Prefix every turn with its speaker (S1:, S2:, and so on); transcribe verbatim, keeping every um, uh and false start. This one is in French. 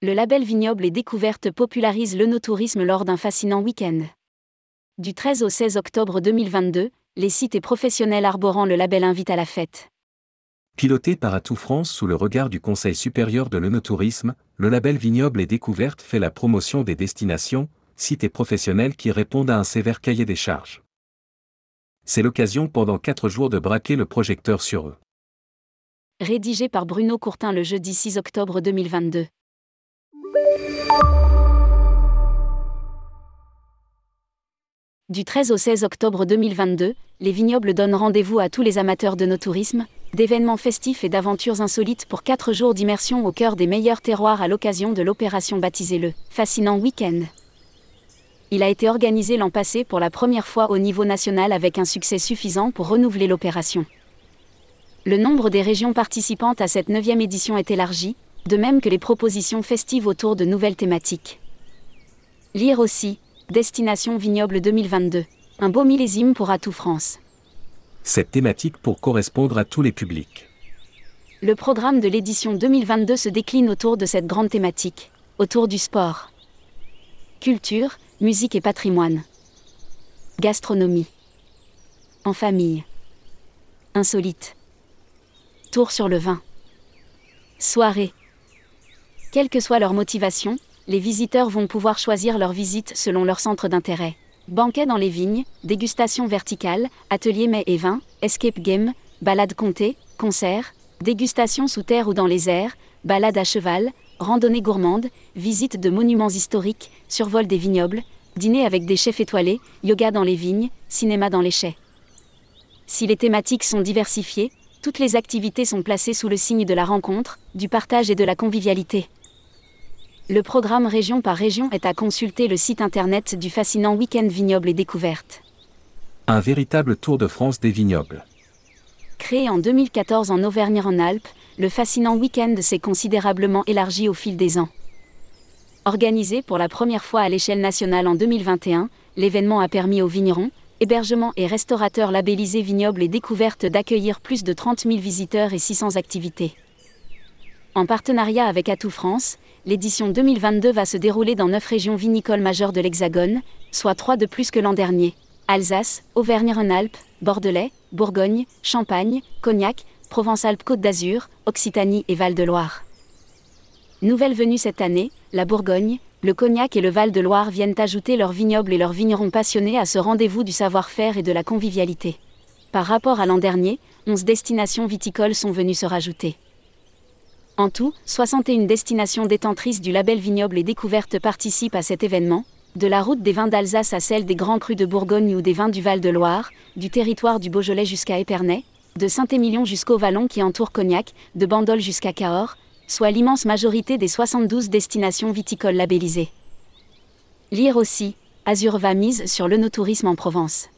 S1: Le label Vignobles et Découvertes popularise l'œnotourisme lors d'un fascinant week-end. Du treize au seize octobre deux mille vingt-deux, les sites et professionnels arborant le label invitent à la fête.
S2: Piloté par Atout France sous le regard du Conseil supérieur de l'œnotourisme, le label Vignobles et Découvertes fait la promotion des destinations, sites et professionnels qui répondent à un sévère cahier des charges. C'est l'occasion pendant quatre jours de braquer le projecteur sur eux.
S1: Rédigé par Bruno Courtin le jeudi six octobre deux mille vingt-deux. Du treize au seize octobre deux mille vingt-deux, les vignobles donnent rendez-vous à tous les amateurs d'œnotourisme, d'événements festifs et d'aventures insolites pour quatre jours d'immersion au cœur des meilleurs terroirs à l'occasion de l'opération baptisée le « Fascinant Week-end ». Il a été organisé l'an passé pour la première fois au niveau national avec un succès suffisant pour renouveler l'opération. Le nombre des régions participantes à cette neuvième édition est élargi, de même que les propositions festives autour de nouvelles thématiques. Lire aussi, Destination Vignoble deux mille vingt-deux, un beau millésime pour Atout France.
S2: Cette thématique pour correspondre à tous les publics.
S1: Le programme de l'édition deux mille vingt-deux se décline autour de cette grande thématique, autour du sport, culture, musique et patrimoine, gastronomie, en famille, insolite, tour sur le vin, soirée. Quelle que soit leur motivation, les visiteurs vont pouvoir choisir leur visite selon leur centre d'intérêt. Banquet dans les vignes, dégustation verticale, atelier mets et vins, escape game, balade comptée, concert, dégustation sous terre ou dans les airs, balade à cheval, randonnée gourmande, visite de monuments historiques, survol des vignobles, dîner avec des chefs étoilés, yoga dans les vignes, cinéma dans les chais. Si les thématiques sont diversifiées, toutes les activités sont placées sous le signe de la rencontre, du partage et de la convivialité. Le programme région par région est à consulter le site internet du fascinant week-end Vignobles et Découvertes.
S2: Un véritable tour de France des vignobles.
S1: Créé en deux mille quatorze en Auvergne-Rhône-Alpes, le fascinant week-end s'est considérablement élargi au fil des ans. Organisé pour la première fois à l'échelle nationale en deux mille vingt et un, l'événement a permis aux vignerons, hébergements et restaurateurs labellisés Vignobles et Découvertes d'accueillir plus de trente mille visiteurs et six cents activités. En partenariat avec Atout France, l'édition deux mille vingt-deux va se dérouler dans neuf régions vinicoles majeures de l'Hexagone, soit trois de plus que l'an dernier. Alsace, Auvergne-Rhône-Alpes, Bordelais, Bourgogne, Champagne, Cognac, Provence-Alpes-Côte d'Azur, Occitanie et Val-de-Loire. Nouvelle venue cette année, la Bourgogne, le Cognac et le Val-de-Loire viennent ajouter leurs vignobles et leurs vignerons passionnés à ce rendez-vous du savoir-faire et de la convivialité. Par rapport à l'an dernier, onze destinations viticoles sont venues se rajouter. En tout, soixante et une destinations détentrices du label Vignobles et Découvertes participent à cet événement, de la route des vins d'Alsace à celle des grands crus de Bourgogne ou des vins du Val-de-Loire, du territoire du Beaujolais jusqu'à Épernay, de Saint-Émilion jusqu'au Vallon qui entoure Cognac, de Bandol jusqu'à Cahors, soit l'immense majorité des soixante-douze destinations viticoles labellisées. Lire aussi, Azur va mise sur l'œnotourisme en Provence.